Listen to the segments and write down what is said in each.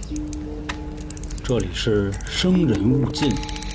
这里是生人勿近。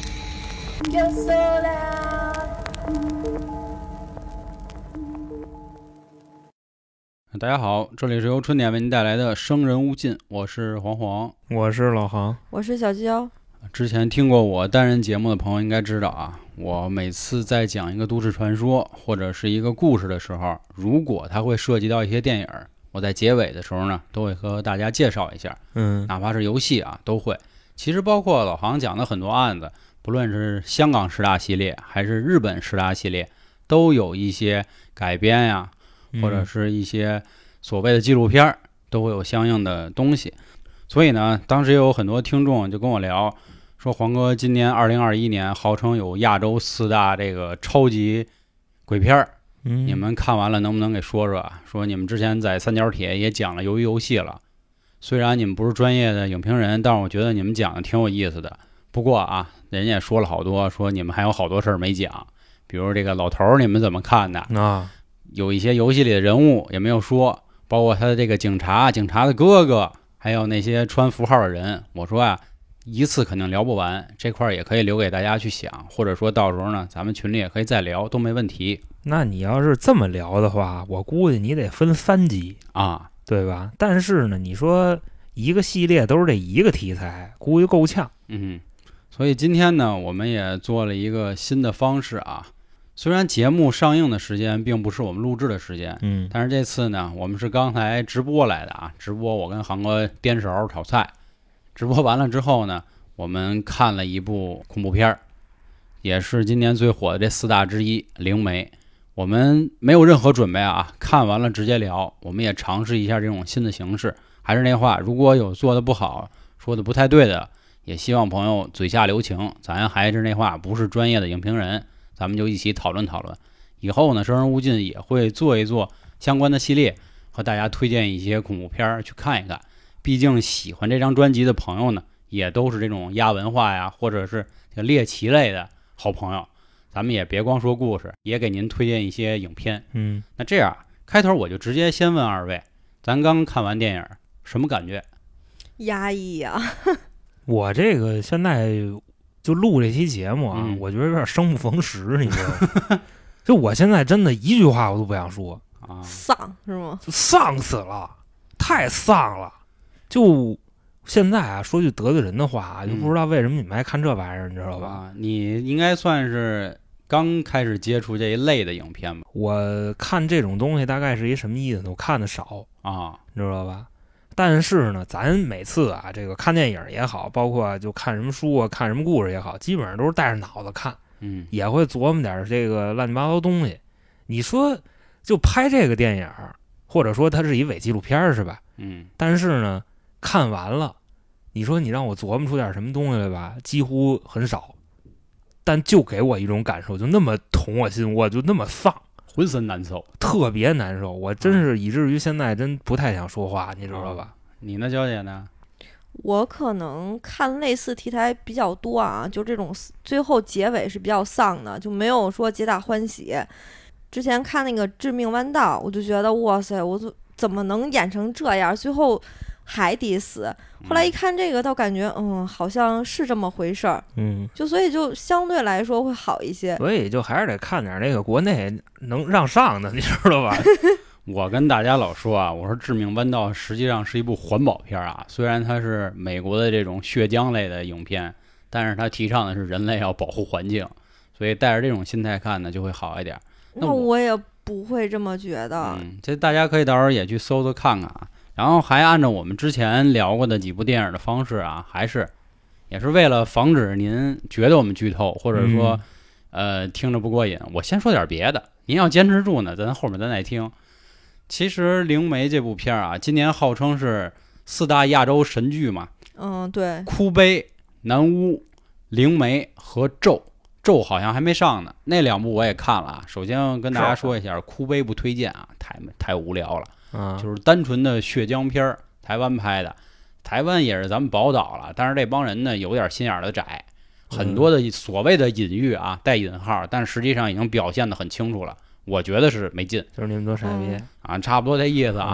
大家好，这里是由春点为您带来的生人勿近，我是黄黄， 我是老杭， 我是小娇。 之前听过我单人节目的朋友应该知道啊，我每次在讲一个都市传说或者是一个故事的时候，如果它会涉及到一些电影，我在结尾的时候呢，都会和大家介绍一下，哪怕是游戏啊，都会。其实包括老杭讲的很多案子，不论是香港十大系列还是日本十大系列，都有一些改编呀，或者是一些所谓的纪录片，都会有相应的东西。所以呢，当时也有很多听众就跟我聊，说黄哥今年2021年号称有亚洲4大这个超级鬼片，你们看完了能不能给说说啊？说你们之前在三角铁也讲了鱿鱼游戏了，虽然你们不是专业的影评人，但是我觉得你们讲的挺有意思的。不过啊，人家也说了好多，说你们还有好多事儿没讲，比如这个老头你们怎么看的啊？有一些游戏里的人物也没有说，包括他的这个警察的哥哥，还有那些穿符号的人。我说啊，一次肯定聊不完，这块也可以留给大家去想，或者说到时候呢，咱们群里也可以再聊，都没问题。 那你要是这么聊的话，我估计你得分3集啊， 对吧？但是呢，你说一个系列都是这一个题材，估计够呛。 所以今天呢，我们也做了一个新的方式啊。虽然节目上映的时间并不是我们录制的时间，但是这次呢，我们是刚才直播来的啊。直播我跟航哥颠勺炒菜，直播完了之后呢，我们看了一部恐怖片，也是今年最火的这4大之一《灵媒》。我们没有任何准备啊，看完了直接聊。我们也尝试一下这种新的形式。还是那话，如果有做的不好、说的不太对的，也希望朋友嘴下留情。咱还是那话，不是专业的影评人，咱们就一起讨论讨论。以后呢，生人勿近也会做一做相关的系列，和大家推荐一些恐怖片去看一看。毕竟喜欢这张专辑的朋友呢，也都是这种亚文化呀，或者是猎奇类的好朋友。咱们也别光说故事，也给您推荐一些影片。那这样开头我就直接先问二位，咱刚看完电影什么感觉？ 压抑呀！ 我这个现在就录这期节目啊，我觉得有点生不逢时，你知道吗？就我现在真的一句话我都不想说啊， 丧是吗？ 就丧死了，太丧了。就现在啊，说句得罪人的话，就不知道为什么你们爱看这玩意儿，你知道吧？ 你应该算是刚开始接触这一类的影片吧？ 我看这种东西大概是一什么意思呢？我看的少啊， 你知道吧？但是呢，咱每次啊，这个看电影也好，包括就看什么书啊、看什么故事也好，基本上都是带着脑子看，也会琢磨点这个乱七八糟东西。你说，就拍这个电影，或者说它是一伪纪录片是吧？但是呢，看完了，你说你让我琢磨出点什么东西来吧，几乎很少。但就给我一种感受，就那么捅我心窝，就那么丧。 浑身难受， 特别难受，我真是以至于现在真不太想说话，你知道吧？ 你呢，娇姐呢？ 我可能看类似题材比较多啊，就这种最后结尾是比较丧的，就没有说皆大欢喜。之前看那个《致命弯道》，我就觉得哇塞，我怎么能演成这样？最后还得死。后来一看这个，倒感觉好像是这么回事儿。就所以就相对来说会好一些。 所以就还是得看点那个国内能让上的，你知道吧？ 我跟大家老说啊，我说《致命弯道》实际上是一部环保片啊，虽然它是美国的这种血浆类的影片，但是它提倡的是人类要保护环境，所以带着这种心态看呢就会好一点。 那我也不会这么觉得。 这大家可以到时候也去搜搜看看啊。然后还按照我们之前聊过的几部电影的方式啊，也是为了防止您觉得我们剧透，或者说听着不过瘾，我先说点别的。您要坚持住呢，咱后面再听。其实《灵媒》这部片啊，今年号称是4大亚洲神剧嘛。 对。 哭悲、南巫、灵媒和咒好像还没上呢。那2部我也看了啊。首先跟大家说一下，哭悲不推荐啊，太无聊了。就是单纯的血浆片，台湾拍的。台湾也是咱们宝岛了，但是这帮人呢有点心眼的窄，很多的所谓的隐喻啊，带引号，但实际上已经表现得很清楚了。我觉得是没劲， 就是你们都傻逼啊，差不多这意思啊。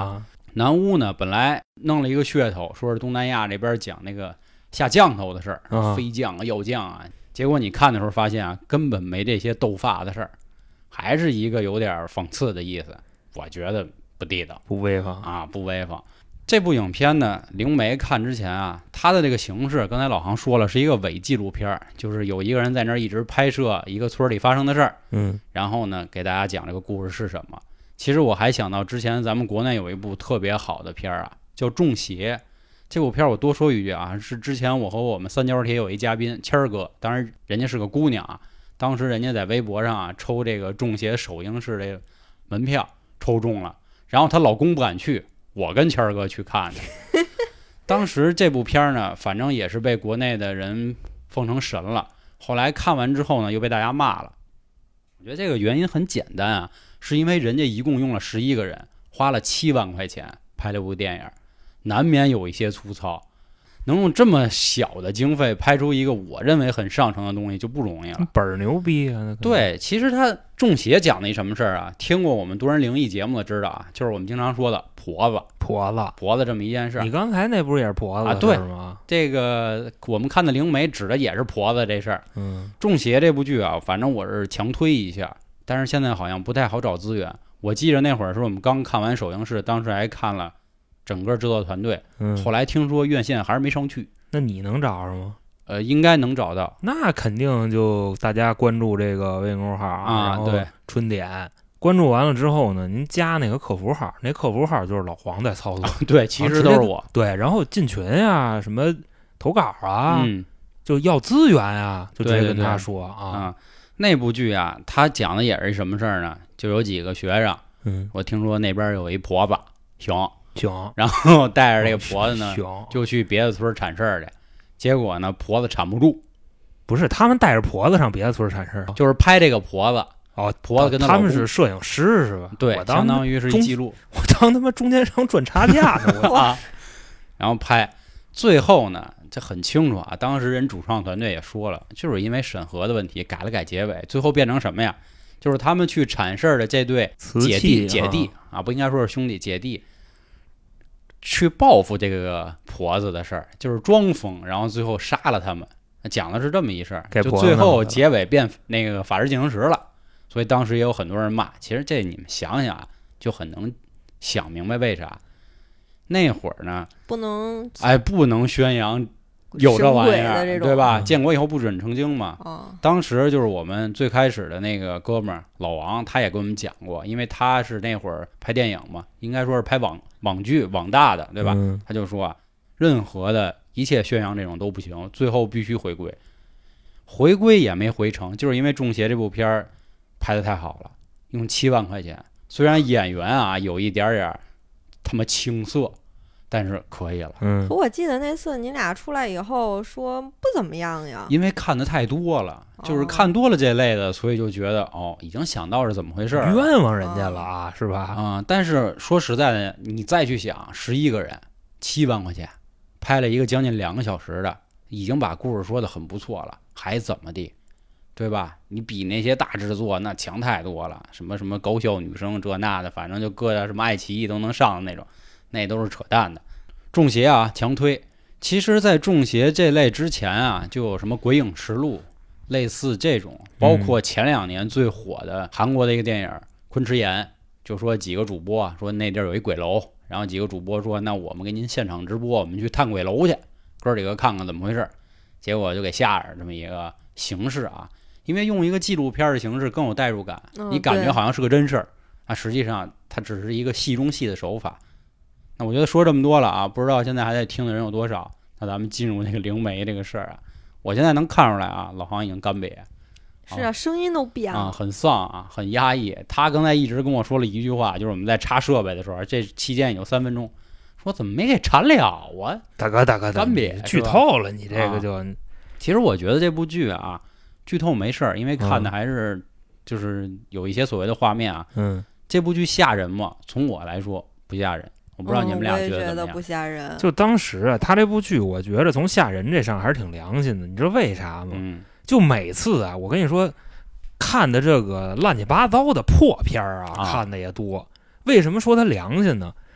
南巫呢本来弄了一个噱头，说是东南亚这边讲那个下降头的事儿，飞降啊药降啊，结果你看的时候发现啊，根本没这些斗法的事儿，还是一个有点讽刺的意思。我觉得不地道， 不威风啊，不威风。这部影片呢，灵媒看之前啊，它的这个形式，刚才老航说了，是一个伪纪录片，就是有一个人在那儿一直拍摄一个村里发生的事儿，然后呢给大家讲这个故事是什么。其实我还想到之前咱们国内有一部特别好的片啊，叫《中邪》。这部片我多说一句啊，是之前我和我们三角铁有一嘉宾谦儿哥，当然人家是个姑娘啊，当时人家在微博上啊抽这个《中邪》首映式这个门票抽中了，然后她老公不敢去，我跟谦儿哥去看的。当时这部片呢，反正也是被国内的人奉成神了。后来看完之后呢，又被大家骂了。我觉得这个原因很简单啊，是因为人家一共用了11个人，花了7万块钱拍了部电影，难免有一些粗糙。能用这么小的经费拍出一个我认为很上乘的东西就不容易了， 本儿牛逼啊！ 对，其实他中邪讲的一什么事儿啊？听过我们多人灵异节目的知道啊，就是我们经常说的婆子这么一件事。 你刚才那不是也是婆子啊？对吗？ 这个我们看的灵媒指的也是婆子这事儿。中邪这部剧啊，反正我是强推一下，但是现在好像不太好找资源。我记着那会儿是我们刚看完首映式，当时还看了整个制作团队，后来听说院线还是没上去。 那你能找着吗？ 应该能找到。 那肯定就大家关注这个微信公众号啊， 然后春点关注完了之后呢，您加那个客服号，那客服号就是老黄在操作。 对，其实都是我。 对，然后进群呀，什么投稿啊，就要资源啊，就直接跟他说啊。 那部剧啊，他讲的也是什么事儿呢？就有几个学生，我听说那边有一婆子，行，然后带着这个婆子呢，就去别的村铲事儿去。结果呢，婆子铲不住。 不是，他们带着婆子上别的村铲事儿， 就是拍这个婆子。婆子跟他们是摄影师是吧？ 对，相当于是一记录。 我当他妈中间商赚差价呢啊！然后拍，最后呢，这很清楚啊。当时人主创团队也说了，就是因为审核的问题，改了改结尾，最后变成什么呀？就是他们去铲事儿的这对姐弟啊，不应该说是兄弟姐弟，去报复这个婆子的事儿，就是装疯，然后最后杀了他们。讲的是这么一事儿，就最后结尾变那个法制进行时了。所以当时也有很多人骂，其实这你们想想啊，就很能想明白为啥那会儿呢不能宣扬有这玩意儿，对吧？建国以后不准成精嘛。当时就是我们最开始的那个哥们儿老王，他也跟我们讲过，因为他是那会儿拍电影嘛，应该说是拍网剧网大的，对吧？他就说啊，任何的一切宣扬这种都不行，最后必须回归也没回成，就是因为中邪这部片儿拍得太好了，用7万块钱，虽然演员啊有一点点他妈青涩，但是可以了。 可我记得那次你俩出来以后说不怎么样呀， 因为看的太多了，就是看多了这类的，所以就觉得已经想到是怎么回事， 冤枉人家了啊，是吧？ 但是说实在的，你再去想，11个人7万块钱拍了一个将近2个小时的，已经把故事说得很不错了，还怎么地？对吧？你比那些大制作那强太多了，什么高校女生这那的，反正就各大什么爱奇艺都能上的那种，那都是扯淡的。中邪啊，强推。其实在中邪这类之前啊，就有什么鬼影实录类似这种，包括前2年最火的韩国的一个电影昆池岩，就说几个主播啊，说那地儿有一鬼楼，然后几个主播说那我们给您现场直播，我们去探鬼楼去，哥几个看看怎么回事，结果就给吓着这么一个形式啊。因为用一个纪录片的形式更有代入感，你感觉好像是个真事儿啊，实际上它只是一个戏中戏的手法。那我觉得说这么多了啊，不知道现在还在听的人有多少。那咱们进入那个灵媒这个事儿啊，我现在能看出来啊，老黄已经干瘪， 是啊，声音都变了啊，很丧啊，很压抑。他刚才一直跟我说了一句话，就是我们在插设备的时候，这期间有3分钟，说怎么没给缠了啊？ 大哥，干瘪， 剧透了，你这个就。 其实我觉得这部剧啊。剧透没事儿，因为看的还是就是有一些所谓的画面啊。这部剧吓人吗？从我来说不吓人，我不知道你们俩觉得怎么样。 不吓人。 就当时啊，他这部剧我觉得从吓人这上还是挺良心的，你知道为啥吗？就每次啊，我跟你说，看的这个乱七八糟的破片啊，看的也多。为什么说它良心呢？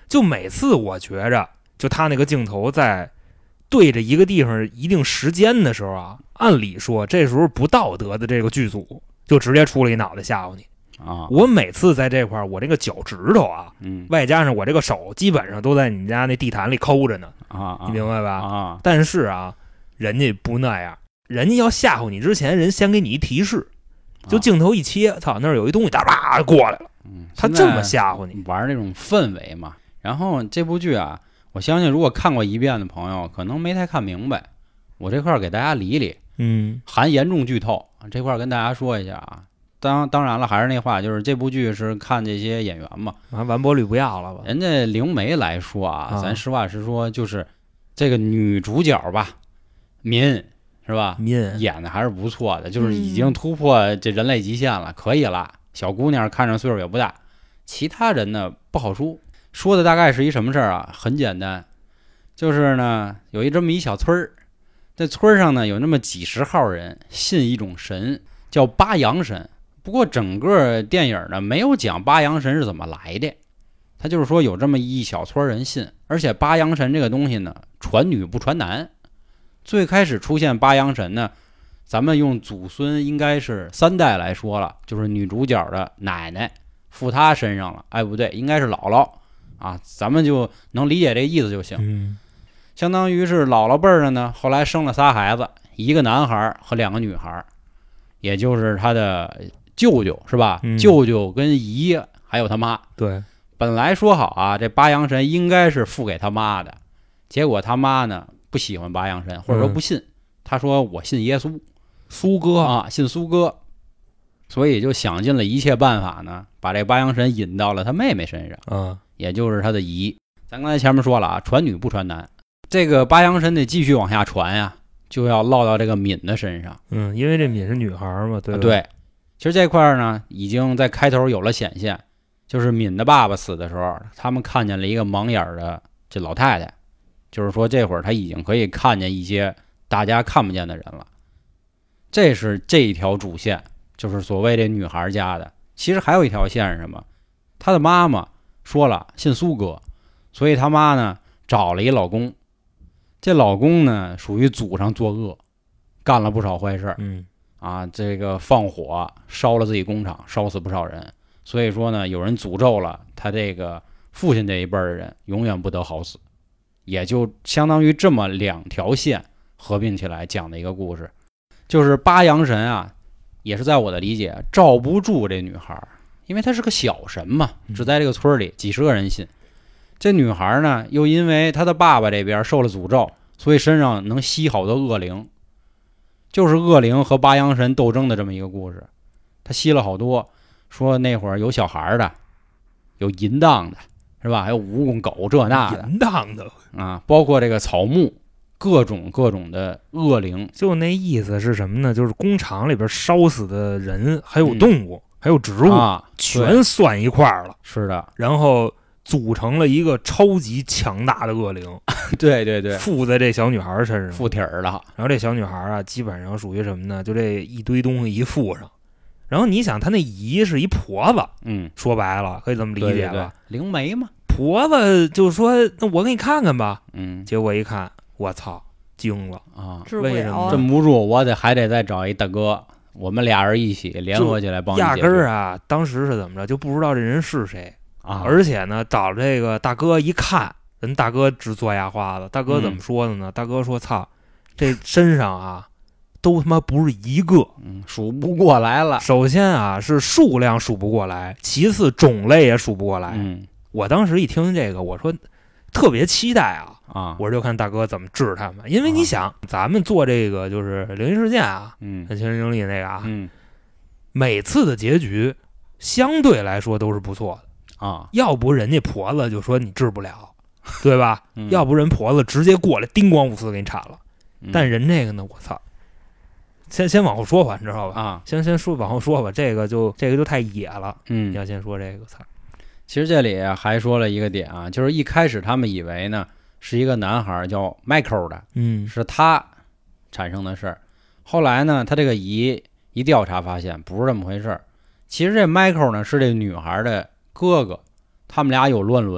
就每次我觉着，就他那个镜头在对着一个地方一定时间的时候啊，按理说这时候不道德的这个剧组就直接出了一脑袋吓唬你啊！ 我每次在这块儿，我这个脚趾头啊，外加上我这个手，基本上都在你们家那地毯里抠着呢啊， 你明白吧？ 啊！ 但是啊，人家不那样，人家要吓唬你之前，人先给你一提示，就镜头一切，操，那儿有一东西，哒吧过来了，他这么吓唬你， 玩那种氛围嘛。然后这部剧啊，我相信如果看过一遍的朋友，可能没太看明白。我这块儿给大家理理，含严重剧透，这块儿跟大家说一下啊。当然了，还是那话，就是这部剧是看这些演员嘛， 完播率不要了吧？ 人家灵媒来说啊，咱实话实说，就是这个女主角吧，敏是吧？ 敏演的还是不错的，就是已经突破这人类极限了，可以了。小姑娘看着岁数也不大，其他人呢不好说。说的大概是一什么事儿啊？很简单，就是呢有这么一小村儿，这村上呢有那么几十号人信一种神，叫八阳神。不过整个电影呢没有讲八阳神是怎么来的，他就是说有这么一小撮人信，而且八阳神这个东西呢传女不传男。最开始出现八阳神呢，咱们用祖孙应该是3代来说了，就是女主角的奶奶附她身上了，哎不对，应该是姥姥啊，咱们就能理解这意思就行。相当于是姥姥辈儿的呢，后来生了仨孩子，一个男孩和2个女孩，也就是他的舅舅是吧？舅舅跟姨还有他妈。 对， 本来说好啊，这八阳神应该是付给他妈的，结果他妈呢不喜欢八阳神，或者说不信，他说我信耶稣， 苏哥啊，信苏哥，所以就想尽了一切办法呢，把这八阳神引到了他妹妹身上，也就是他的姨。咱刚才前面说了啊，传女不传男，这个八阳神得继续往下传呀，就要落到这个敏的身上。 因为这敏是女孩嘛，对吧？ 对，其实这块呢，已经在开头有了显现，就是敏的爸爸死的时候，他们看见了一个盲眼的这老太太，就是说这会儿他已经可以看见一些大家看不见的人了。这是这一条主线，就是所谓这女孩家的。其实还有一条线是什么？她的妈妈说了信苏哥，所以他妈呢找了一老公，这老公呢属于祖上作恶，干了不少坏事，这个放火烧了自己工厂，烧死不少人。所以说呢，有人诅咒了他这个父亲这一辈的人永远不得好死，也就相当于这么2条线合并起来讲的一个故事。就是八阳神啊，也是在我的理解罩不住这女孩，因为她是个小神嘛，只在这个村里几十个人信。这女孩呢，又因为她的爸爸这边受了诅咒，所以身上能吸好多恶灵，就是恶灵和八阳神斗争的这么一个故事。她吸了好多，说那会儿有小孩的，有淫荡的，是吧？还有蜈蚣狗这那的， 淫荡的啊，包括这个草木。各种的恶灵， 就那意思是什么呢？就是工厂里边烧死的人，还有动物，还有植物全算一块儿了。 是的， 然后组成了一个超级强大的恶灵。 对对对， 附在这小女孩身上， 附体儿了。 然后这小女孩啊，基本上属于什么呢？就这一堆东西一附上。然后你想，她那姨是一婆子，说白了可以这么理解吧？ 对对对，灵媒嘛。 婆子就说：“那我给你看看吧。”结果一看。我操，惊了啊！ 为什么镇不住？我还得再找一大哥，我们俩人一起联合起来帮你解决。 压根儿啊，当时是怎么着，就不知道这人是谁啊！ 而且呢，找这个大哥一看，人大哥直嘬牙花子。大哥怎么说的呢？大哥说：“操，这身上啊，都他妈不是一个， 数不过来了。 首先啊，是数量数不过来，其次种类也数不过来。我当时一听这个，我说特别期待啊！我就看大哥怎么治他们，因为你想，咱们做这个就是灵异事件啊，像亲身经历那个啊，每次的结局相对来说都是不错的啊。 要不人家婆子就说你治不了，对吧？要不人婆子直接过来叮咣五四给你铲了。但人这个呢，我操！先往后说吧，你知道吧？ 啊， 先说往后说吧，这个就太野了。你要先说这个，操！ 其实这里还说了一个点啊，就是一开始他们以为呢是一个男孩叫 Michael 的，是他产生的事儿。后来呢，他这个姨一调查发现不是这么回事儿。其实这 Michael 呢是这女孩的哥哥，他们俩有乱伦，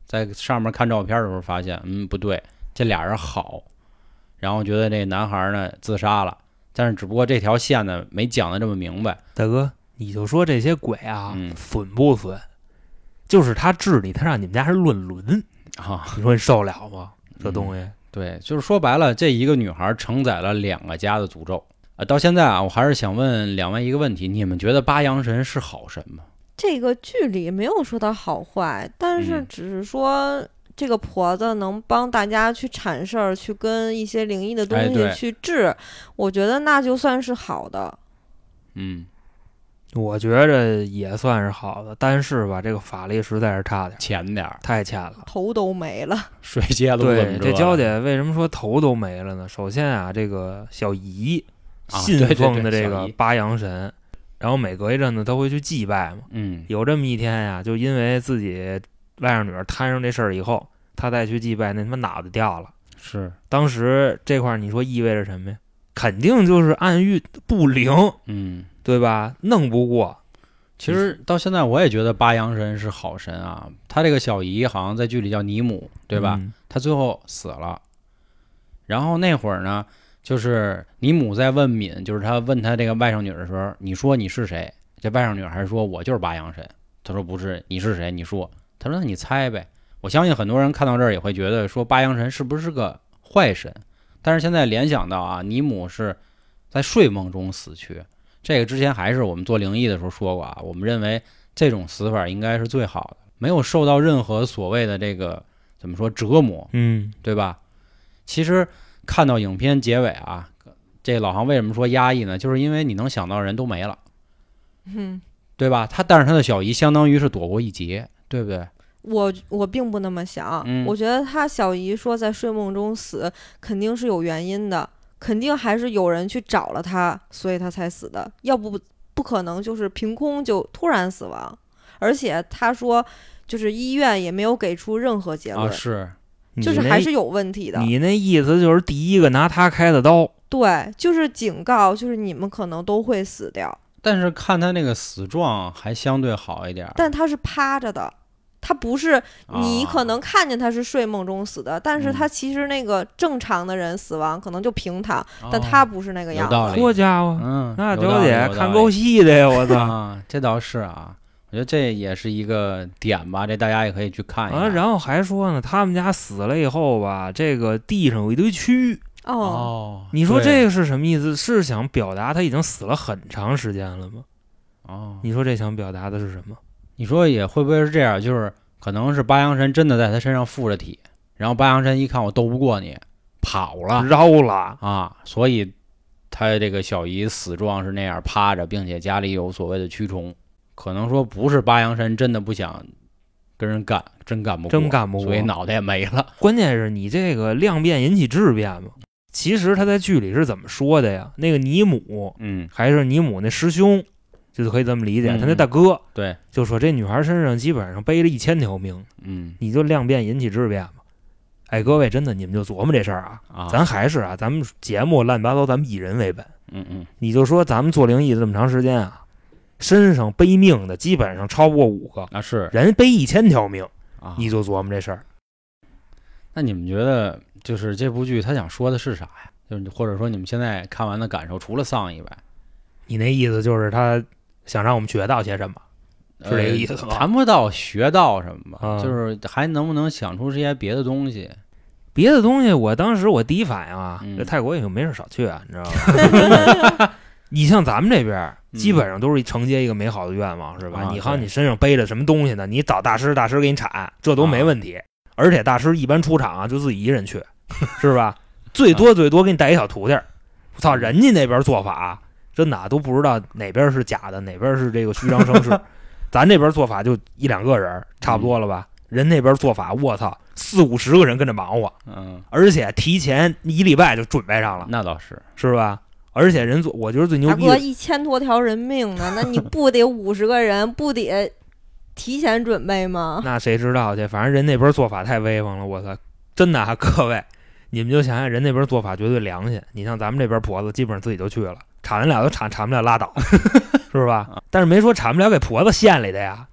在上面看照片的时候发现，不对，这俩人好，然后觉得这男孩呢自杀了，但是只不过这条线呢没讲的这么明白。 大哥，你就说这些鬼啊，损不损？就是他治你，他让你们家是论伦啊， 你说你受得了吗？这东西， 对，就是说白了，这一个女孩承载了2个家的诅咒。到现在啊，我还是想问两位一个问题：你们觉得八阳神是好神吗？ 这个剧里没有说他好坏，但是只是说这个婆子能帮大家去铲事儿，去跟一些灵异的东西去治，我觉得那就算是好的。 我觉着也算是好的，但是吧，这个法力实在是差点， 浅点， 太浅了， 头都没了， 水泄了。 对，这娇姐为什么说头都没了呢？首先啊，这个小姨信奉的这个八阳神，然后每隔一阵子都会去祭拜嘛。有这么一天呀，就因为自己外甥女儿摊上这事儿以后，他再去祭拜，那他妈脑袋掉了。 是， 当时这块你说意味着什么呀？肯定就是暗喻不灵，对吧？弄不过。 其实到现在我也觉得八阳神是好神啊。他这个小姨好像在剧里叫尼姆，对吧？他最后死了，然后那会儿呢，就是尼姆在问敏，就是他问他这个外甥女的时候，你说你是谁？这外甥女还说我就是八阳神。他说不是，你是谁？你说。他说那你猜呗。我相信很多人看到这儿也会觉得说八阳神是不是个坏神，但是现在联想到啊，尼姆是在睡梦中死去，这个之前还是我们做灵异的时候说过啊，我们认为这种死法应该是最好的，没有受到任何所谓的这个怎么说折磨，对吧？其实看到影片结尾啊，这老航为什么说压抑呢？就是因为你能想到人都没了，对吧？但是他的小姨相当于是躲过一劫，对不对？ 我并不那么想，我觉得他小姨说在睡梦中死肯定是有原因的，肯定还是有人去找了他，所以他才死的，要不可能就是凭空就突然死亡。而且他说就是医院也没有给出任何结论， 是， 就是还是有问题的。 你那意思就是第一个拿他开的刀， 对，就是警告，就是你们可能都会死掉。 但是看他那个死状还相对好一点， 但他是趴着的，他不是你可能看见他是睡梦中死的，但是他其实那个正常的人死亡可能就平躺，但他不是那个样子。 好家伙，那娇姐看够细的呀，我操！ 这倒是啊，我觉得这也是一个点吧，这大家也可以去看一下。 然后还说呢，他们家死了以后吧，这个地上有一堆蛆。你说这个是什么意思？是想表达他已经死了很长时间了吗？你说这想表达的是什么？ 你说也会不会是这样？就是可能是八阳神真的在他身上附着体，然后八阳神一看我斗不过你，跑了， 绕了啊，所以他这个小姨死状是那样趴着，并且家里有所谓的蛆虫，可能说不是八阳神真的不想跟人干，真干不过，所以脑袋也没了。 关键是你这个量变引起质变嘛。其实他在剧里是怎么说的呀？那个尼姆，还是尼姆那师兄，就是可以这么理解。他那大哥， 对， 就说这女孩身上基本上背了1000条命，你就量变引起质变嘛。哎，各位真的，你们就琢磨这事儿啊。咱还是啊，咱们节目乱七八糟，咱们以人为本。你就说咱们做灵异这么长时间啊，身上背命的基本上超不过5个啊，是人背1000条命，你就琢磨这事儿。 那你们觉得就是这部剧他想说的是啥呀？就是或者说你们现在看完的感受，除了丧以外， 你那意思就是他想让我们学到些什么？是这个意思吗？ 谈不到学到什么吧，就是还能不能想出这些别的东西？ 别的东西，我当时我第一反应啊，这泰国也没事少去啊，你知道吗？你像咱们这边，基本上都是承接一个美好的愿望，是吧？你好，你身上背着什么东西呢？你找大师，大师给你铲，这都没问题。而且大师一般出场啊，就自己一人去，是吧？最多给你带一小徒弟。我操，人家那边做法真的都不知道哪边是假的，哪边是这个虚张声势。咱这边做法就1-2个人，差不多了吧？人那边做法，我操，40-50个人跟着忙活，而且提前1礼拜就准备上了。 那倒是， 是吧？而且人做，我觉得最牛逼的， 大哥1000多条人命呢，那你不得50个人，不得提前准备吗？ 那谁知道去？反正人那边做法太威风了，我操！真的啊，各位，你们就想想人那边做法绝对良心。你像咱们这边婆子，基本上自己就去了，铲得了就铲不了拉倒，是吧？但是没说铲不了给婆子献里的呀。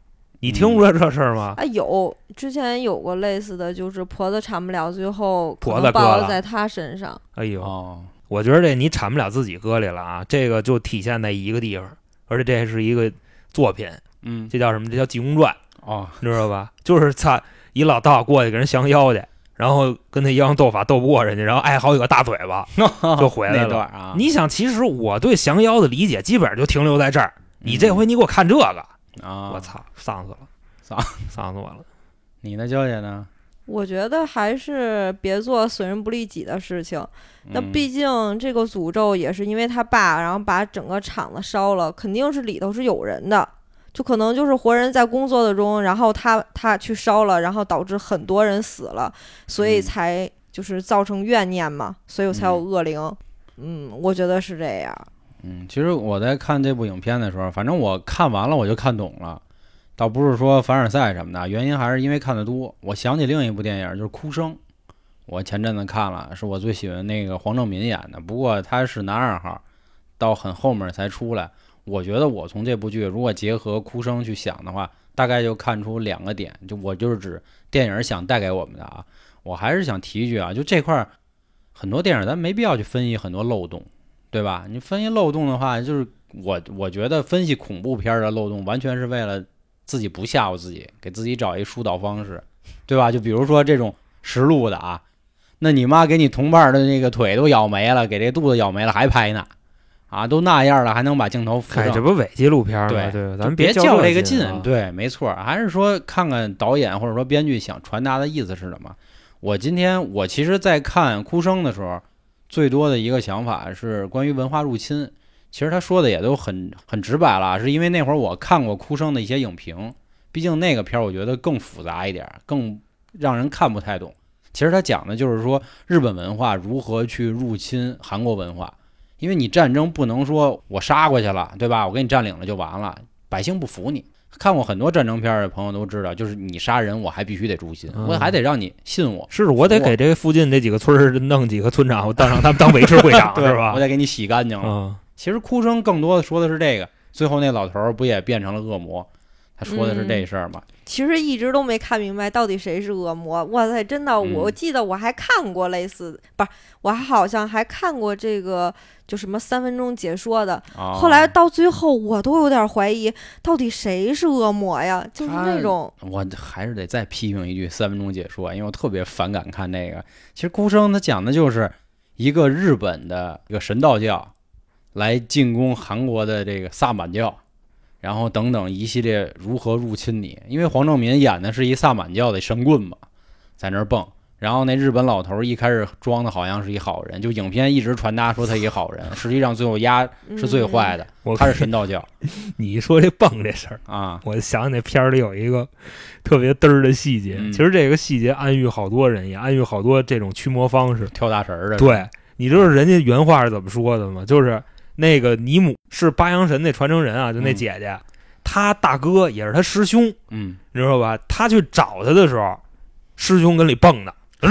你听说这事儿吗？ 有，之前有过类似的，就是婆子产不了，最后婆子报在他身上。 哎呦，我觉得这你产不了自己搁里了啊，这个就体现在一个地方，而且这是一个作品，这叫什么？这叫《济公传》你知道吧？就是一老道过去给人降妖去，然后跟他一样斗法斗不过人家，然后挨好几个大嘴巴就回来了。你想，其实我对降妖的理解基本上就停留在这儿。你这回你给我看这个我操，丧死了，丧死我了。 你的娇姐呢？ 我觉得还是别做损人不利己的事情。那毕竟这个诅咒也是因为他爸，然后把整个厂子烧了，肯定是里头是有人的，就可能就是活人在工作的中，然后他去烧了，然后导致很多人死了，所以才就是造成怨念嘛，所以才有恶灵。我觉得是这样。 其实我在看这部影片的时候，反正我看完了我就看懂了，倒不是说凡尔赛什么的，原因还是因为看得多。我想起另一部电影就是《哭声》，我前阵子看了，是我最喜欢那个黄正民演的，不过他是男二号，到很后面才出来。我觉得我从这部剧如果结合《哭声》去想的话，大概就看出2个点，我就是指电影想带给我们的啊。我还是想提一句啊，就这块很多电影咱没必要去分析很多漏洞，对吧？你分析漏洞的话，就是我觉得分析恐怖片的漏洞完全是为了自己不吓唬自己，给自己找一疏导方式，对吧？就比如说这种实录的啊，那你妈给你同伴的那个腿都咬没了，给这肚子咬没了还拍呢，都那样了还能把镜头扶正， 这不伪纪录片吗？ 对， 咱们别较这个劲， 对， 没错，还是说看看导演或者说编剧想传达的意思是什么。我其实在看《哭声》的时候，最多的一个想法是关于文化入侵。其实他说的也都很直白了，是因为那会儿我看过《哭声》的一些影评，毕竟那个片我觉得更复杂一点，更让人看不太懂。其实他讲的就是说日本文化如何去入侵韩国文化，因为你战争不能说我杀过去了，对吧？我给你占领了就完了，百姓不服你。看过很多战争片的朋友都知道，就是你杀人我还必须得诛心，我还得让你信我， 是我得给这附近这几个村弄几个村长，我让他们当维持会长是吧？ 我得给你洗干净了。其实哭声更多的说的是这个，最后那老头不也变成了恶魔，他说的是这事儿吗？ 其实一直都没看明白到底谁是恶魔。哇塞，真的，我记得我还看过类似，不是，我好像还看过这个就什么3分钟解说的，后来到最后我都有点怀疑到底谁是恶魔呀，就是那种。 我还是得再批评一句3分钟解说，因为我特别反感看那个。其实哭声它讲的就是一个日本的一个神道教来进攻韩国的这个萨满教，然后等等一系列如何入侵你。因为黄正民演的是一萨满教的神棍嘛，在那儿蹦，然后那日本老头一开始装的好像是一好人，就影片一直传达说他一好人，实际上最后压是最坏的，他是神道教。 你说这蹦这事儿啊， 我想起那片里有一个特别嘚儿的细节，其实这个细节暗喻好多人，也暗喻好多这种驱魔方式， 跳大神的。 对，你知道人家原话是怎么说的吗？就是那个尼姆是八阳神那传承人啊，就那姐姐，他大哥也是他师兄，你知道吧？他去找他的时候，师兄跟里蹦呢，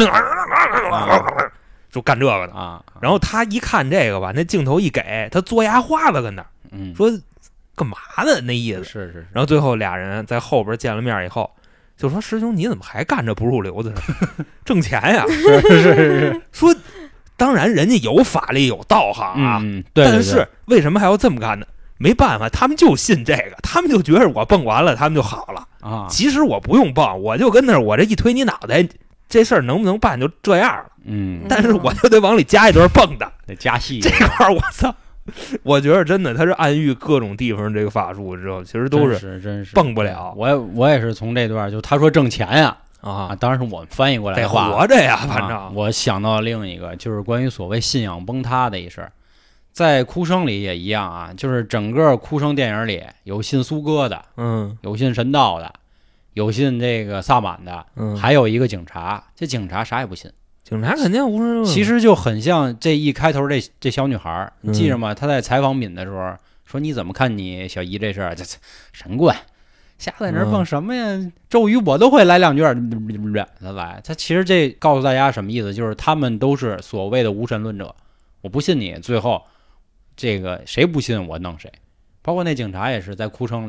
就干这个的啊。 然后他一看这个吧，那镜头一给他嘬牙花子跟那儿，说干嘛呢？那意思是。 然后最后俩人在后边见了面以后，就说师兄你怎么还干这不入流的事？挣钱呀？ 是。 说。当然，人家有法力有道行啊， 对， 但是为什么还要这么干呢？没办法，他们就信这个，他们就觉得我蹦完了，他们就好了啊。 其实我不用蹦，我就跟那儿，我这一推你脑袋，这事儿能不能办就这样了。但是我就得往里加一段蹦的， 得加戏。 这块我操，我觉得真的，他是暗喻各种地方这个法术之后，其实都是真是蹦不了。 我也是从这段，就他说挣钱呀。当然是我们翻译过来的话， 得活着呀，反正我想到另一个，就是关于所谓信仰崩塌的一事儿，在哭声里也一样啊，就是整个哭声电影里有信苏哥的，有信神道的，有信这个萨满的，还有一个警察，这警察啥也不信， 警察肯定无神论， 其实就很像这一开头这小女孩，你记着吗？她在采访敏的时候说你怎么看你小姨这事儿？这神棍。瞎在那儿蹦什么呀？咒语我都会来2句，他来。他其实这告诉大家什么意思？就是他们都是所谓的无神论者。我不信你，最后这个谁不信我弄谁。包括那警察也是在哭声里，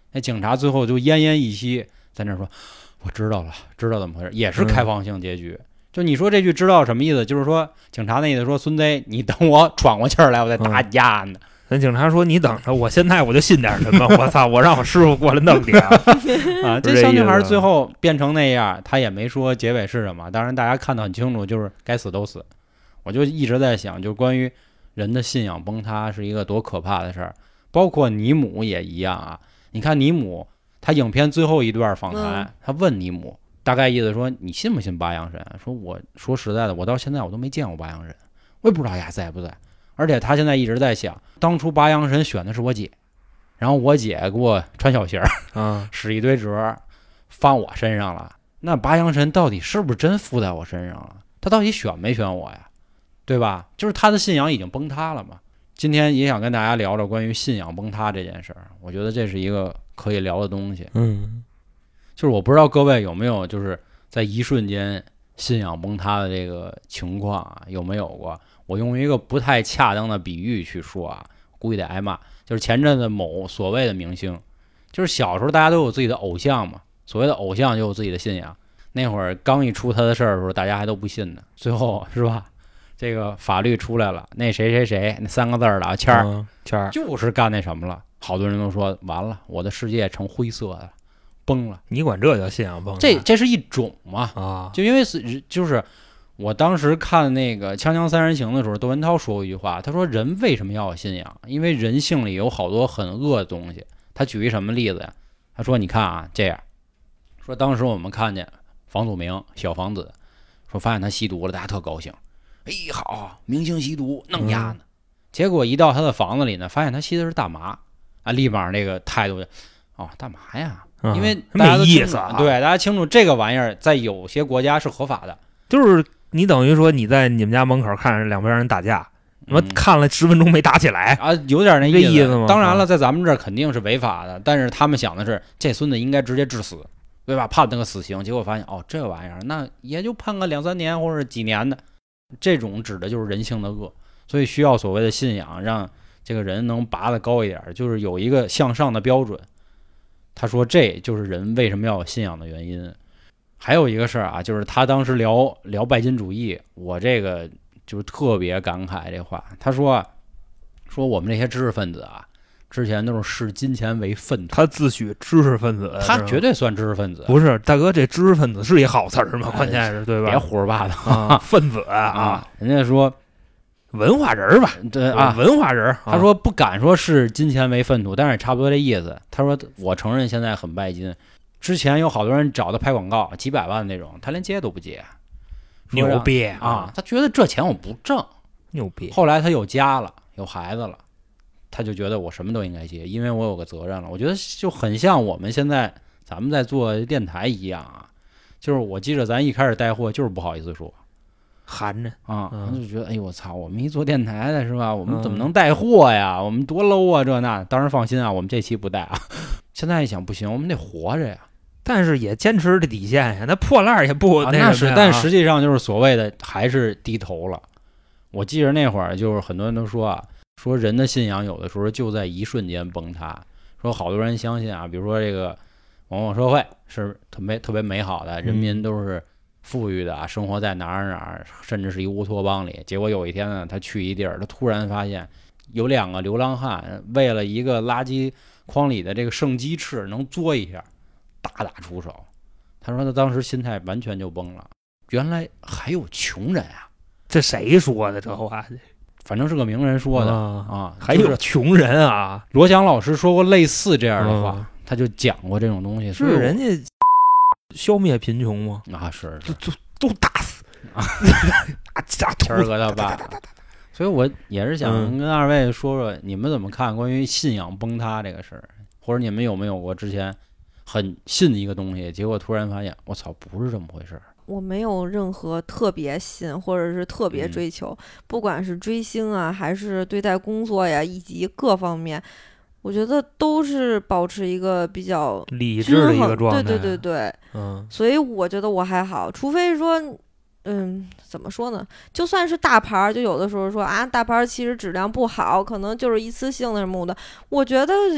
那警察最后就奄奄一息，在那说我知道了，知道怎么回事，也是开放性结局。就你说这句知道什么意思？就是说警察那意思说孙子，你等我喘过气儿来，我再打你丫的。 那警察说你等着，我现在我就信点什么，我操，我让我师傅过来弄你啊！这小女孩最后变成那样，她也没说结尾是什么。当然大家看得很清楚，就是该死都死。我就一直在想，就关于人的信仰崩塌是一个多可怕的事儿。包括尼姆也一样啊。你看尼姆，他影片最后一段访谈，他问尼姆，大概意思说你信不信八阳神？说我说实在的，我到现在我都没见过八阳神，我也不知道呀在不在。而且他现在一直在想，当初八阳神选的是我姐，然后我姐给我穿小鞋使一堆折放我身上了。那八阳神到底是不是真附在我身上了？他到底选没选我呀？对吧？就是他的信仰已经崩塌了嘛。今天也想跟大家聊聊关于信仰崩塌这件事儿，我觉得这是一个可以聊的东西。就是我不知道各位有没有就是在一瞬间信仰崩塌的这个情况啊，有没有过？我用一个不太恰当的比喻去说啊，估计得挨骂。就是前阵子某所谓的明星，就是小时候大家都有自己的偶像嘛，所谓的偶像就有自己的信仰。那会儿刚一出他的事儿的时候，大家还都不信呢。最后是吧？这个法律出来了，那谁谁谁那3个字的签儿就是干那什么了。好多人都说完了，我的世界成灰色的，崩了。 你管这叫信仰崩？ 这是一种嘛啊？ 就因为就是我当时看那个《锵锵三人行》的时候，窦文涛说过一句话，他说人为什么要有信仰？因为人性里有好多很恶的东西。他举一什么例子呀？他说你看啊，这样说，当时我们看见房祖名小房子，说发现他吸毒了，大家特高兴。哎，好，明星吸毒弄丫呢。结果一到他的房子里呢，发现他吸的是大麻啊，立马那个态度就大麻呀，因为大家都没意思啊。 对，大家清楚这个玩意儿在有些国家是合法的， 就是你等于说你在你们家门口看着两边人打架，看了10分钟没打起来啊，有点那意思吗？ 当然了，在咱们这儿肯定是违法的，但是他们想的是这孙子应该直接致死，对吧？判那个死刑，结果发现这玩意儿那也就判个2-3年或者几年的，这种指的就是人性的恶，所以需要所谓的信仰，让这个人能拔得高一点，就是有一个向上的标准。他说这就是人为什么要有信仰的原因。还有一个事儿啊，就是他当时聊拜金主义，我这个就是特别感慨这话。他说我们这些知识分子啊，之前都是视金钱为粪土。 他自诩知识分子， 他绝对算知识分子。 不是大哥，这知识分子是一好词儿吗？关键是对吧？ 别胡说八道分子啊！ 人家说文化人吧， 对啊， 文化人。 他说不敢说是金钱为粪土，但是也差不多这意思。他说我承认现在很拜金。之前有好多人找他拍广告，几百万那种，他连接都不接。 牛逼啊！他觉得这钱我不挣， 牛逼。 后来他有家了，有孩子了，他就觉得我什么都应该接，因为我有个责任了。我觉得就很像我们现在咱们在做电台一样啊，就是我记着咱一开始带货就是不好意思说， 含着啊，就觉得哎呦我操，我们一做电台的是吧？我们怎么能带货呀？我们多 low 啊这那。当然放心啊，我们这期不带啊。现在一想不行，我们得活着呀。 但是也坚持着底线呀，那破烂也不那是，但实际上就是所谓的还是低头了。我记着那会儿就是很多人都说说人的信仰有的时候就在一瞬间崩塌。说好多人相信啊，比如说这个某某社会是特别美好的，人民都是富裕的，生活在哪儿，甚至是一乌托邦里。结果有一天呢，他去一地儿，他突然发现有2个流浪汉为了一个垃圾筐里的这个圣鸡翅能嘬一下，大打出手。他说他当时心态完全就崩了，原来还有穷人啊！ 这谁说的这话？ 反正是个名人说的啊， 还有穷人啊！ 罗翔老师说过类似这样的话，他就讲过这种东西。 是人家消灭贫穷吗？ 啊，是都打死啊！ 谦儿哥他爸。所以我也是想跟2位说说，你们怎么看关于信仰崩塌这个事儿，或者你们有没有过之前很信一个东西，结果突然发现我操不是这么回事儿。 我没有任何特别信或者是特别追求，不管是追星啊，还是对待工作呀，以及各方面，我觉得都是保持一个比较理智的一个状态。 对，所以我觉得我还好，除非说，怎么说呢？就算是大牌，就有的时候说啊，大牌其实质量不好，可能就是一次性的什么的，我觉得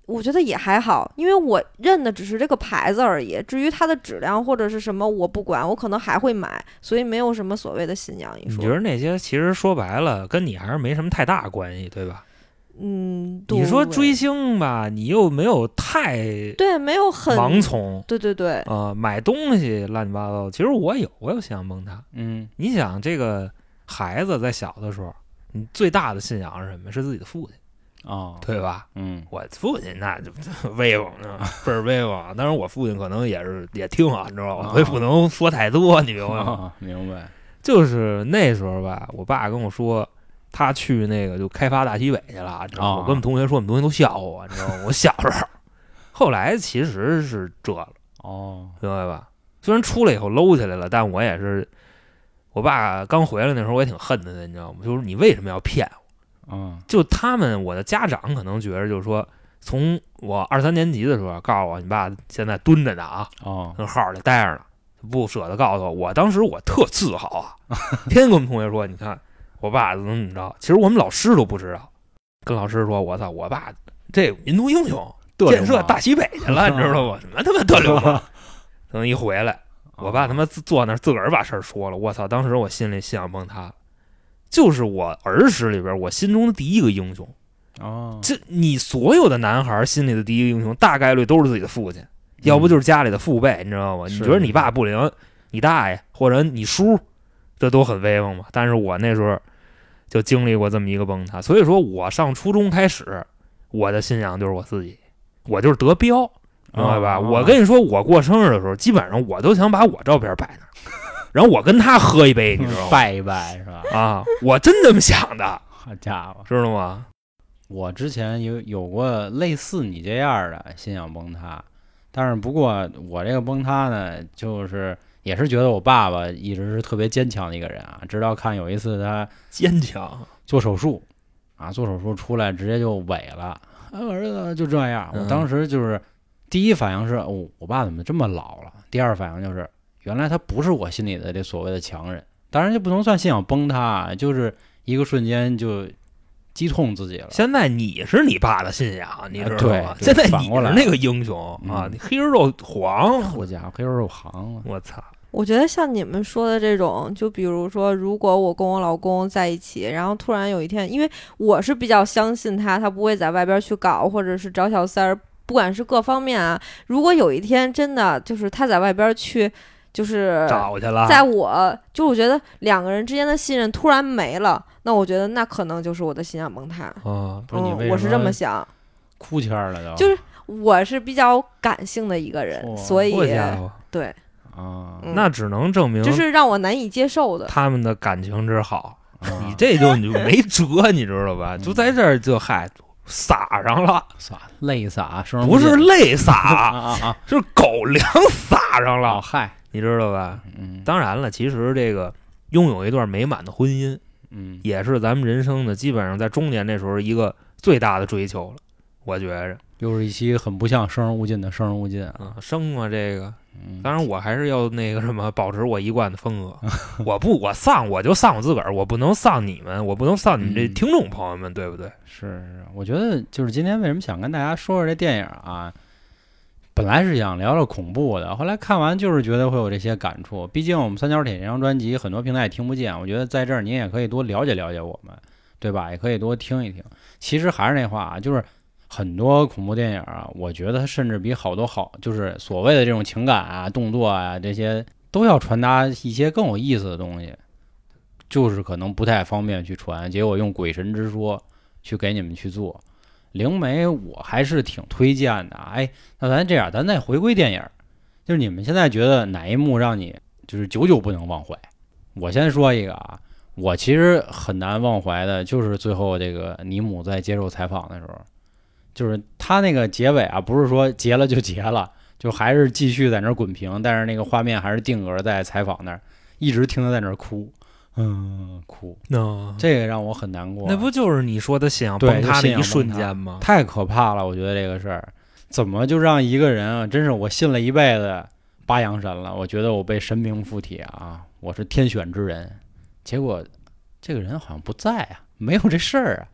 我觉得也还好，因为我认的只是这个牌子而已，至于它的质量或者是什么我不管，我可能还会买，所以没有什么所谓的信仰一说。 你觉得那些其实说白了跟你还是没什么太大关系，对吧？ 对， 你说追星吧，你又没有太对，没有很盲从， 对买东西乱七八糟。其实我有信仰崩塌。你想这个孩子在小的时候，你最大的信仰是什么？是自己的父亲。对吧？我父亲那就威风倍儿威风。当然，我父亲可能也听你知道吧？所以不能说太多，你明白吗？ 明白。 就是那时候吧，我爸跟我说，他去那个就开发大西北去了，你知道吗？我跟我们同学说，我们同学都笑话我，你知道吗？我小时候，后来其实是这了，明白吧？虽然出来以后搂起来了，但我也是，我爸刚回来那时候，我也挺恨他的，你知道吗？就是你为什么要骗我？就我的家长可能觉得，就是说，从我2、3年级的时候，告诉我你爸现在蹲着呢啊，跟号里待着呢，不舍得告诉我。我当时我特自豪啊，天天跟我们同学说，你看我爸怎么着。其实我们老师都不知道，跟老师说，我操，我爸这民族英雄，建设大西北去了，你知道吗？什么他妈得流氓！等一回来，我爸他妈坐那自个儿把事儿说了，我操！当时我心里信仰崩塌了。就是我儿时里边我心中的第一个英雄这你所有的男孩心里的第一个英雄大概率都是自己的父亲，要不就是家里的父辈，你知道吗？你觉得你爸不灵，你大爷或者你叔这都很威风嘛。但是我那时候就经历过这么一个崩塌，所以说我上初中开始，我的信仰就是我自己，我就是得标，明白吧？我跟你说，我过生日的时候基本上我都想把我照片摆那儿，然后我跟他喝一杯，你知道吗？ 拜一拜是吧？ 我真这么想的。 好家伙， 知道吗？ 我之前有过类似你这样的信仰崩塌，但是不过我这个崩塌呢，就是也是觉得我爸爸一直是特别坚强的一个人啊。直到看有一次他坚强做手术做手术出来直接就萎了，儿子就这样。我当时就是第一反应是我爸怎么这么老了？第二反应就是原来他不是我心里的这所谓的强人。当然就不能算信仰崩塌，就是一个瞬间就击痛自己了。 现在你是你爸的信仰，你知道吗？现在你是那个英雄你黑肉黄， 好家伙，黑肉黄了， 我操！ 我觉得像你们说的这种，就比如说，如果我跟我老公在一起，然后突然有一天，因为我是比较相信他不会在外边去搞，或者是找小三儿，不管是各方面啊。如果有一天真的就是他在外边去。就是找去了， 在我觉得2个人之间的信任突然没了，那我觉得那可能就是我的信仰崩塌。 不是你为什么我是这么想， 哭腔了都。 就是我是比较感性的一个人，所以对那只能证明这是让我难以接受的。 他们的感情之好，你这就没辙，你知道吧？就在这儿就撒上了， 泪洒， 不是泪洒是狗粮撒上了，你知道吧？当然了，其实这个拥有一段美满的婚姻，也是咱们人生的基本上在中年那时候一个最大的追求了。我觉着又是一期很不像生而勿近的生而勿近生啊这个。当然我还是要那个什么保持我一贯的风格我丧我就丧我自个儿，我不能丧你们，我不能丧你们这听众朋友们，对不对？ 是我觉得就是今天为什么想跟大家说说这电影本来是想聊聊恐怖的，后来看完就是觉得会有这些感触。毕竟我们三角铁这张专辑很多平台也听不见，我觉得在这儿您也可以多了解了解我们，对吧？也可以多听一听。其实还是那话就是很多恐怖电影我觉得它甚至比好多就是所谓的这种情感动作这些都要传达一些更有意思的东西，就是可能不太方便去传，结果用鬼神之说去给你们去做。灵媒我还是挺推荐的那咱这样，咱再回归电影，就是你们现在觉得哪一幕让你就是久久不能忘怀？我先说一个我其实很难忘怀的就是最后这个尼姆在接受采访的时候，就是他那个结尾不是说结了就结了，就还是继续在那儿滚屏，但是那个画面还是定格在采访那儿，一直听他在那儿哭哭这个让我很难过。 那不就是你说的信仰崩塌的一瞬间吗？ 太可怕了，我觉得这个事儿怎么就让一个人真是我信了一辈子八阳神了，我觉得我被神明附体我是天选之人，结果这个人好像不在没有这事儿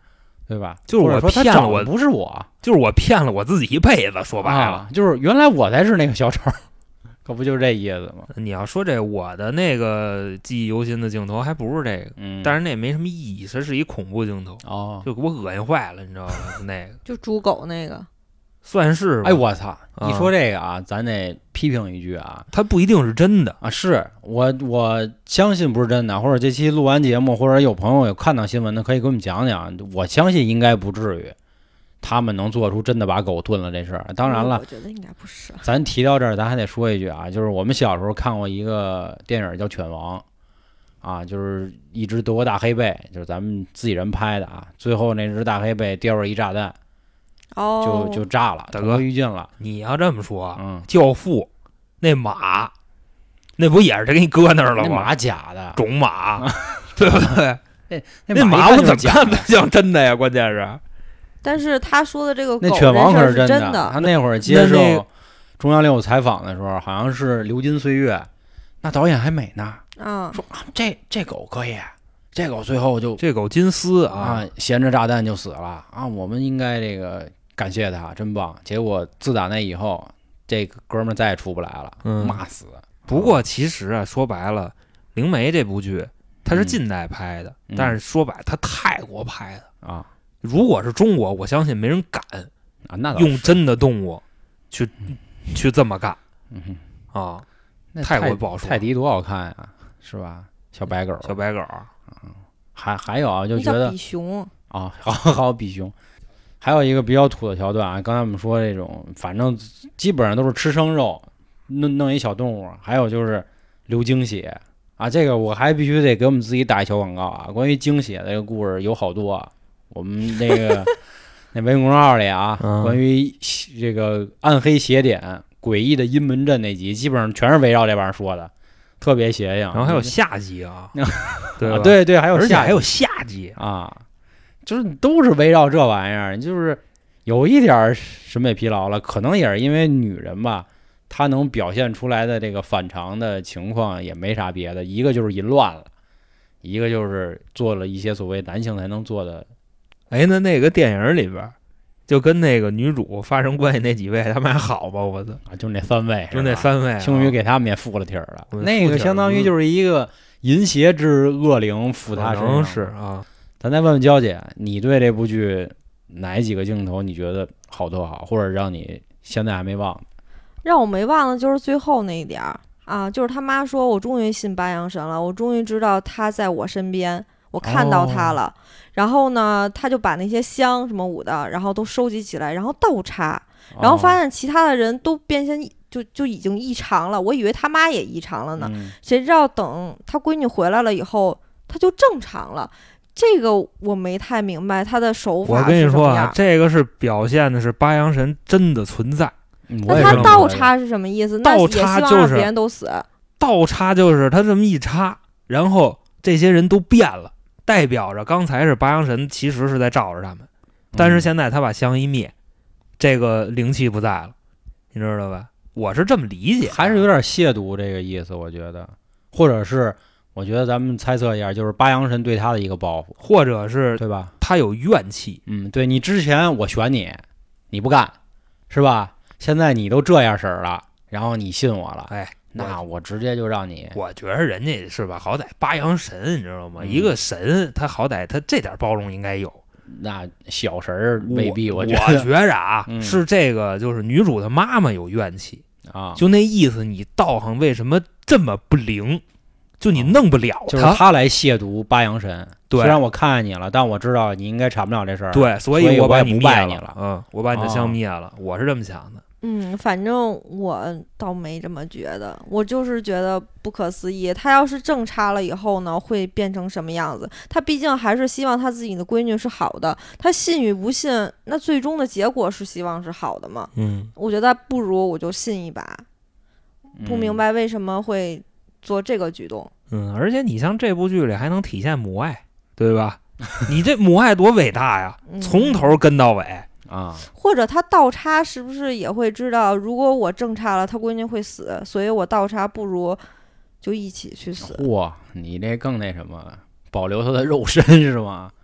对吧？ 就是我或者说他骗了我找的不是我， 就是我骗了我自己一辈子，说白了， 就是原来我才是那个小丑，可不就是这意思吗？ 你要说这我的那个记忆犹新的镜头还不是这个，但是那也没什么意义，这是一恐怖镜头，就给我恶心坏了，你知道吧？那个就猪狗那个， 算是吧。 哎，我操！一说这个啊，咱得批评一句啊， 它不一定是真的啊。是我相信不是真的，或者这期录完节目，或者有朋友有看到新闻的，可以给我们讲讲。我相信应该不至于，他们能做出真的把狗炖了这事儿。当然了， 我觉得应该不是。 咱提到这儿，咱还得说一句啊，就是我们小时候看过一个电影叫《犬王》，啊，就是一只德国大黑背，就是咱们自己人拍的啊。最后那只大黑背掉着一炸弹。就炸了， 大哥遇见了。 你要这么说，教父那马，那不也是给你搁那儿了吗？ 那马假的， 种马，对不对？ 那马我怎么看不像真的呀？关键是， 但是他说的这个狗那犬王可是真的。 他那会儿接受中央六采访的时候，好像是《流金岁月》，那导演还美呢，说这狗可以。这狗最后这狗金丝衔着炸弹就死了啊！我们应该这个感谢他，真棒。结果自打那以后，这个哥们再也出不来了，骂死。 不过其实啊，说白了，《灵媒》这部剧它是近代拍的，但是说白了，它泰国拍的啊。 如果是中国，我相信没人敢啊，那用真的动物去这么干啊。泰国不好说。 泰迪多好看呀，是吧？小白狗。还有啊，就觉得比熊啊，好比熊。还有一个比较土的桥段啊，刚才我们说这种，反正基本上都是吃生肉，弄一小动物。还有就是流精血啊，这个我还必须得给我们自己打一小广告啊。关于精血的这个故事有好多啊，我们那个那微信公众号里啊，关于这个暗黑邪典、诡异的阴门阵那集，基本上全是围绕这玩意儿说的。特别邪性， 然后还有下集啊， 对，还有下集啊，就是都是围绕这玩意儿，就是有一点审美疲劳了，可能也是因为女人吧，她能表现出来的这个反常的情况也没啥别的，一个就是淫乱了，一个就是做了一些所谓男性才能做的。 哎，那个电影里边。就跟那个女主发生关系那几位，他们还好吧？我操， 就那三位， 星宇给他们也附了体了。那个相当于就是一个淫邪之恶灵附他身上。 是啊， 咱再问问娇姐，你对这部剧哪几个镜头你觉得好特好，或者让你现在还没忘？ 让我没忘的就是最后那一点啊，就是他妈说我终于信八阳神了，我终于知道他在我身边。我看到他了，然后呢，他就把那些香什么舞的，然后都收集起来，然后倒插，然后发现其他的人都变现就已经异常了，我以为他妈也异常了呢，谁知道等他闺女回来了以后，他就正常了。这个我没太明白他的手法是什么样。 我跟你说啊，这个是表现的是八阳神真的存在。 那他倒插是什么意思？ 倒插就是别人都死。 倒插就是他这么一插，然后这些人都变了。代表着刚才是八阳神其实是在罩着他们，但是现在他把香一灭，这个灵气不在了，你知道吧？我是这么理解， 还是有点亵渎这个意思，我觉得，或者是我觉得咱们猜测一下，就是八阳神对他的一个报复， 或者是对吧？ 他有怨气， 对你之前我选你不干，是吧？现在你都这样式儿了，然后你信我了，那我直接就让你。 我觉得人家是吧，好歹八阳神，你知道吗？一个神，他好歹他这点包容应该有。 那小神未必， 我觉着啊，是这个就是女主的妈妈有怨气啊， 就那意思，你道行为什么这么不灵？就你弄不了他， 就是他来亵渎八阳神。 对， 虽然我看见你了，但我知道你应该产不了这事儿。 对，所以我把你灭了。 我把你的香灭了，我是这么想的。 反正我倒没这么觉得，我就是觉得不可思议。他要是正插了以后呢，会变成什么样子？他毕竟还是希望他自己的闺女是好的，他信与不信，那最终的结果是希望是好的嘛？我觉得不如我就信一把。不明白为什么会做这个举动。 而且你像这部剧里还能体现母爱，对吧？你这母爱多伟大呀，从头跟到尾。 或者他倒插是不是也会知道，如果我正插了，他闺女会死，所以我倒插不如就一起去死。 你这更那什么，保留他的肉身是吗？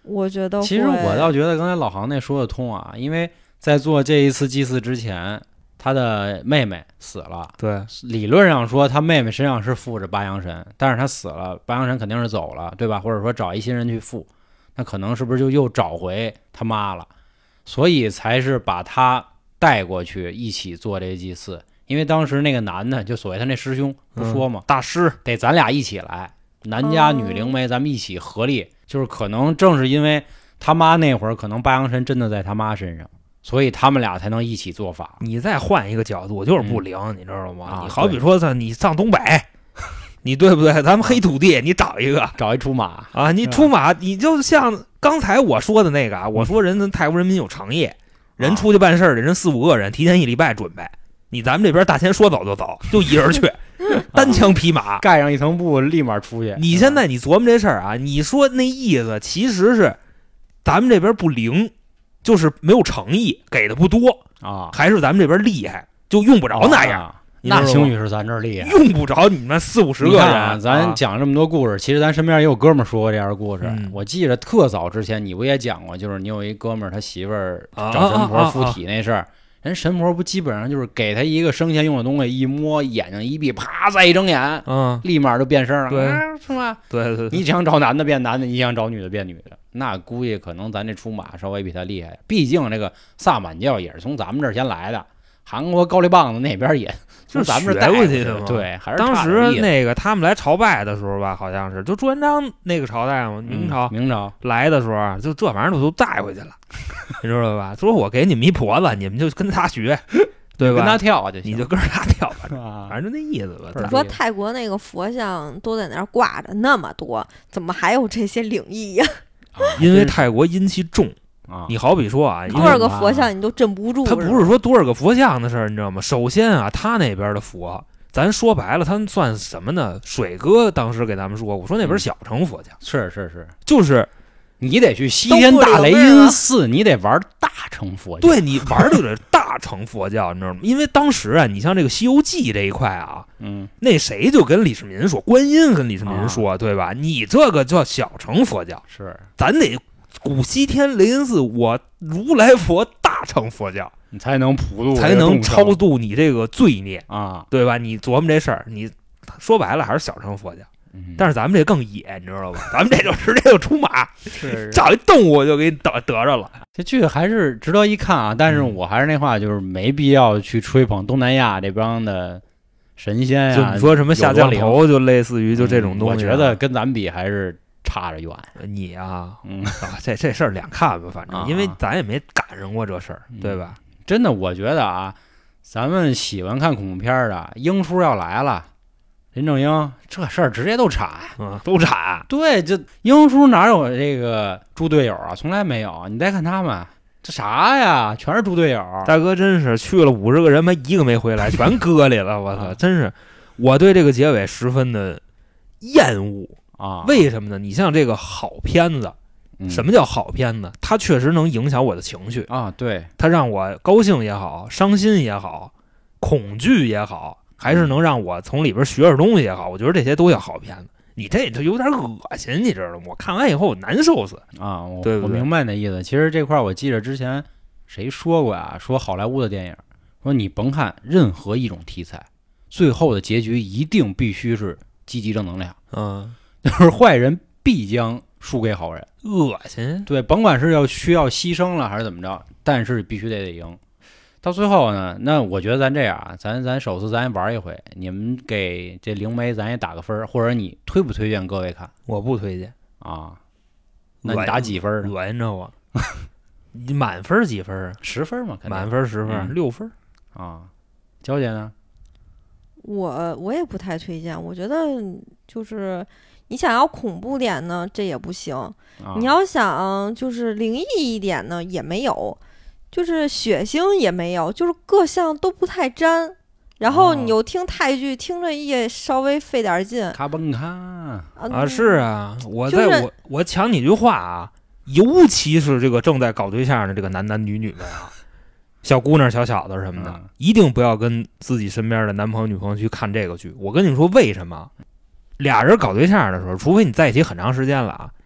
我觉得其实我倒觉得刚才老航那说的通啊，因为在做这一次祭祀之前，他的妹妹死了。 对， 理论上说他妹妹身上是附着八阳神，但是他死了，八阳神肯定是走了，对吧？或者说找一新人去附，那可能是不是就又找回他妈了？所以才是把他带过去一起做这祭祀。因为当时那个男的，就所谓他那师兄不说嘛， 大师得咱俩一起来，男家女灵媒，咱们一起合力。就是可能正是因为他妈那会儿可能八阳神真的在他妈身上，所以他们俩才能一起做法。 你再换一个角度，就是不灵，你知道吗？你好比说你上东北，你对不对？咱们黑土地，你找一出马啊，你出马，你就像刚才我说的那个啊，我说泰国人民有诚意，人出去办事的人4、5个人，提前1礼拜准备。你咱们这边大前说走就走，就一人去，单枪匹马， 盖上一层布，立马出去。 你现在你琢磨这事儿啊，你说那意思其实是咱们这边不灵，就是没有诚意，给的不多啊， 还是咱们这边厉害，就用不着那样。 那兴许是咱这儿厉害， 用不着你们40、50个人。 咱讲这么多故事，其实咱身边也有哥们儿说过这样的故事。我记着特早之前你不也讲过，就是你有一哥们儿他媳妇儿找神婆附体那事儿。人神婆不基本上就是给他一个生前用的东西，一摸眼睛一闭，啪再一睁眼，立马就变声了， 对， 是吧？ 对， 你想找男的变男的，你想找女的变女的，那估计可能咱这出马稍微比他厉害。毕竟这个萨满教也是从咱们这儿先来的，韩国高丽棒子那边也从咱们这儿带过去的嘛。 对，还是当时那个他们来朝拜的时候吧，好像是就朱元璋那个朝代嘛，明朝来的时候，就这玩意儿都带回去了。你知道吧？说我给你们一婆子，你们就跟他学，对吧？ 跟他跳就行， 你就跟着他跳吧，反正就那意思吧。 说泰国那个佛像都在那儿挂着那么多，怎么还有这些灵异呀？ 因为泰国阴气重啊。你好比说啊， 多少个佛像你都镇不住。 他不是说多少个佛像的事儿，你知道吗？首先啊，他那边的佛，咱说白了，他算什么呢？水哥当时给咱们说，我说那边小乘佛像， 是， 就是。 你得去西天大雷音寺，你得玩大乘佛教。 对，你玩的是大乘佛教，你知道吗？因为当时啊，你像这个《西游记》这一块啊，那谁就跟李世民说，观音跟李世民说，对吧？你这个叫小乘佛教， 是， 咱得古西天雷音寺，我如来佛大乘佛教， 你才能普度， 才能超度你这个罪孽啊， 对吧？你琢磨这事儿，你说白了还是小乘佛教。但是咱们这更野，你知道吧？咱们这就直接就出马，找一动物就给你得着了。 这剧还是值得一看啊！但是我还是那话，就是没必要去吹捧东南亚这帮的神仙呀。 就你说什么下降头，就类似于就这种东西， 我觉得跟咱比还是差着远。 你啊，这事儿两看吧，反正因为咱也没赶上过这事儿，对吧？ 真的，我觉得啊，咱们喜欢看恐怖片的，英叔要来了。林正英这事儿直接都铲， 都铲。 对，这英叔哪有这个猪队友啊？从来没有。你再看他们，这啥呀？全是猪队友。 大哥真是去了50个人，没一个没回来，全搁里了。我操，真是！我对这个结尾十分的厌恶啊！ 为什么呢？你像这个好片子，什么叫好片子？它确实能影响我的情绪啊。对， 它让我高兴也好，伤心也好，恐惧也好。还是能让我从里边学点东西也好，我觉得这些都叫好片子。你这就有点恶心，你知道吗？我看完以后我难受死啊！ 对不对？ 我明白那意思。其实这块我记着之前谁说过呀？说好莱坞的电影，说你甭看任何一种题材，最后的结局一定必须是积极正能量。就是坏人必将输给好人。 恶心。 对，甭管是需要牺牲了还是怎么着，但是必须得赢。到最后呢，那我觉得咱这样啊，咱首次咱也玩一回，你们给这灵媒咱也打个分，或者你推不推荐各位看？ 我不推荐啊。那你打几分呢？ 恶心着我。你满分几分啊 ？10分嘛， 满分10分，6分啊。娇姐呢？ 我也不太推荐，我觉得就是你想要恐怖点呢，这也不行；你要想就是灵异一点呢，也没有。就是血腥也没有，就是各项都不太沾，然后你又听泰剧，听着也稍微费点劲。 卡崩卡啊，是啊，我抢你句话啊，尤其是这个正在搞对象的这个男女们啊，小姑娘、小小子什么的，一定不要跟自己身边的男朋友、女朋友去看这个剧。我跟你说为什么？俩人搞对象的时候，除非你在一起很长时间了啊，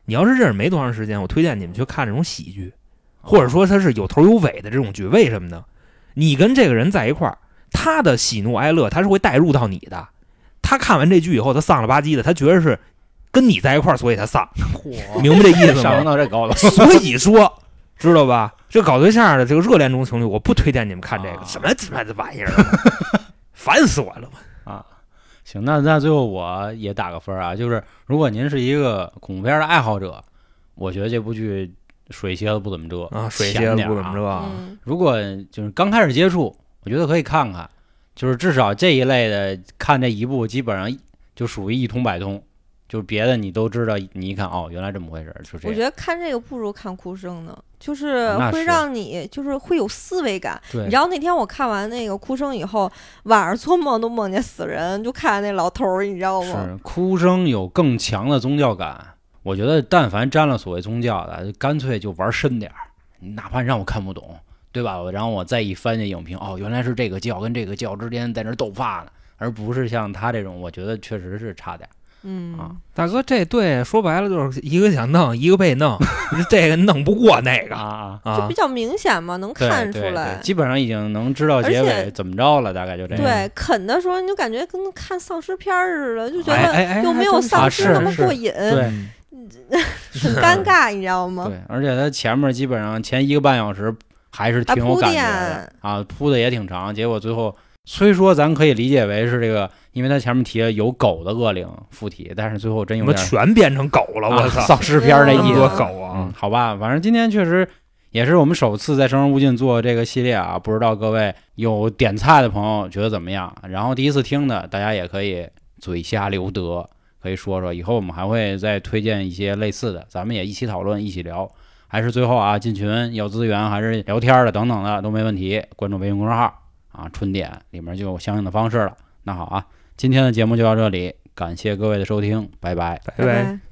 你要是认识没多长时间，我推荐你们去看这种喜剧，或者说它是有头有尾的这种剧。为什么呢？你跟这个人在一块儿，他的喜怒哀乐他是会带入到你的。他看完这剧以后，他丧了吧唧的，他觉得是跟你在一块儿，所以他丧。明白这意思吗？ 上到这高了。 所以说，知道吧？这搞对象的这个热恋中情侣，我不推荐你们看这个，什么他妈的玩意儿，烦死我了！ 啊，行，那最后我也打个分啊，就是如果您是一个恐怖片的爱好者，我觉得这部剧水蝎子不怎么遮啊，水蝎子不怎么遮啊。 如果就是刚开始接触，我觉得可以看看，就是至少这一类的看这一部，基本上就属于一通百通。就别的你都知道，你一看哦，原来这么回事，就这样。 我觉得看这个不如看哭声呢，就是会让你就是会有思维感。 对， 你知道那天我看完那个哭声以后，晚上做梦都梦见死人，就看那老头儿，你知道吗？ 是哭声有更强的宗教感。我觉得但凡沾了所谓宗教的，干脆就玩深点儿，哪怕让我看不懂，对吧？然后我再一翻这影评，哦，原来是这个教跟这个教之间在那斗法呢，而不是像他这种，我觉得确实是差点。 大哥，这对说白了就是一个想弄，一个被弄，这个弄不过那个就比较明显嘛，能看出来。 对，基本上已经能知道结尾怎么着了，大概就这样。 对，啃的时候你就感觉跟看丧尸片似的，就觉得又没有丧尸那么过瘾， 对， 很尴尬，你知道吗？ 对，而且它前面基本上前1个半小时还是挺有感觉的啊，铺的也挺长，结果最后。虽说咱可以理解为是这个，因为他前面提了有狗的恶灵附体，但是最后真有点全变成狗了，我操！ 丧尸片那意思， 狗啊！ 好吧，反正今天确实也是我们首次在生人勿近做这个系列啊，不知道各位有点菜的朋友觉得怎么样？然后第一次听的，大家也可以嘴下留德，可以说说，以后我们还会再推荐一些类似的，咱们也一起讨论，一起聊。还是最后啊，进群有资源还是聊天的等等的都没问题，关注微信公众号。春点里面就有相应的方式了。那好啊，今天的节目就到这里，感谢各位的收听，拜拜， 拜拜。